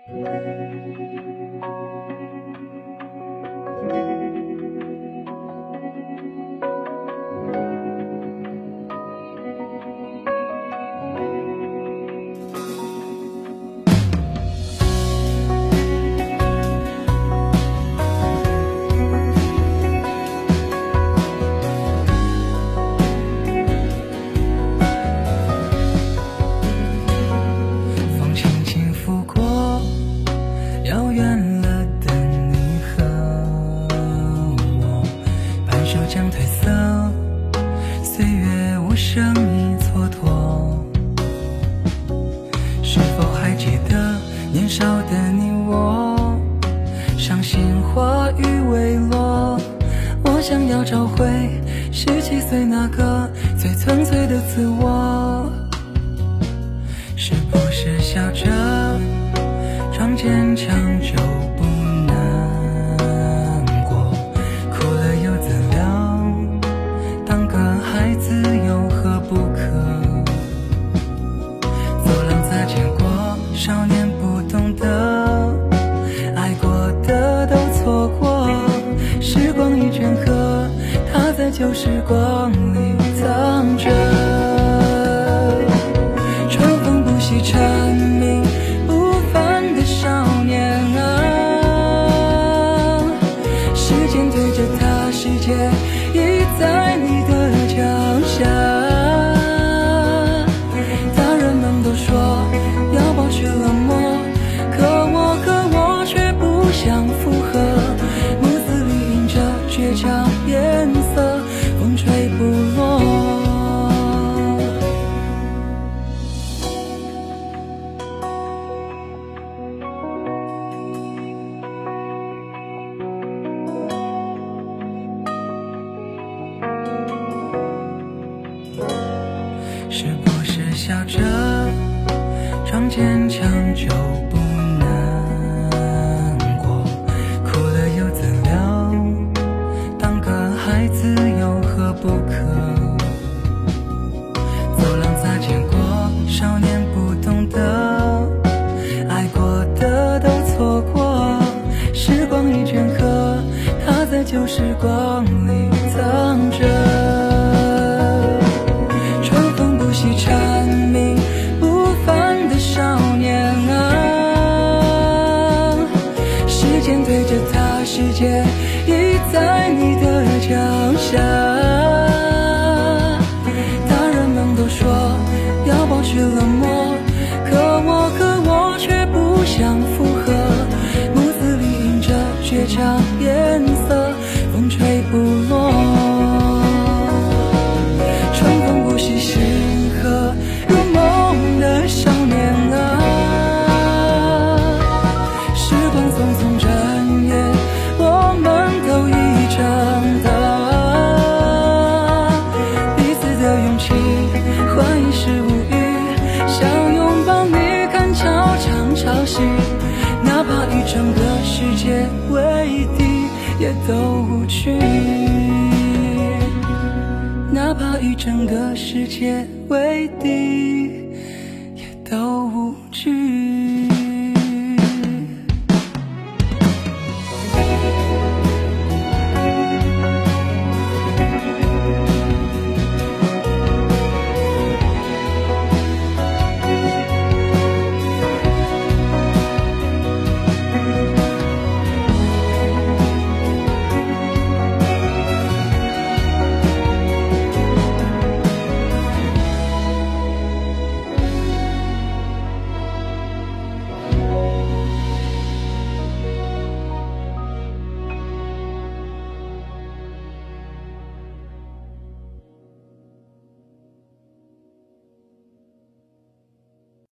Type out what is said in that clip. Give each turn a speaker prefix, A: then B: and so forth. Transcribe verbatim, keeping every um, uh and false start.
A: 旧时光里藏着，春风不息蝉鸣不凡的少年啊，时间推着他，世界已在你的脚下。大人们都说要保持冷漠，可我可我却不想附和，眸子里映着倔强颜色，风吹不落。是不是笑着装坚强就不难过，哭了又怎了，当个孩子有何不可。走廊擦肩过，少年不懂得，爱过的都错过，时光一卷河，他在旧时光里藏着。蝉鸣不凡的少年啊，时间推着他，世界已在你的脚下。大人们都说要保持冷漠，可我可我却不想附和，眸子里映着倔强颜色，风吹不落。春风不息时如梦的少年啊，时光匆匆转眼，我们都已长大，彼此的勇气换一世无语，想拥抱你看潮涨潮汐，哪怕一整个世界为敌也都无惧，哪怕一整个世界为敌。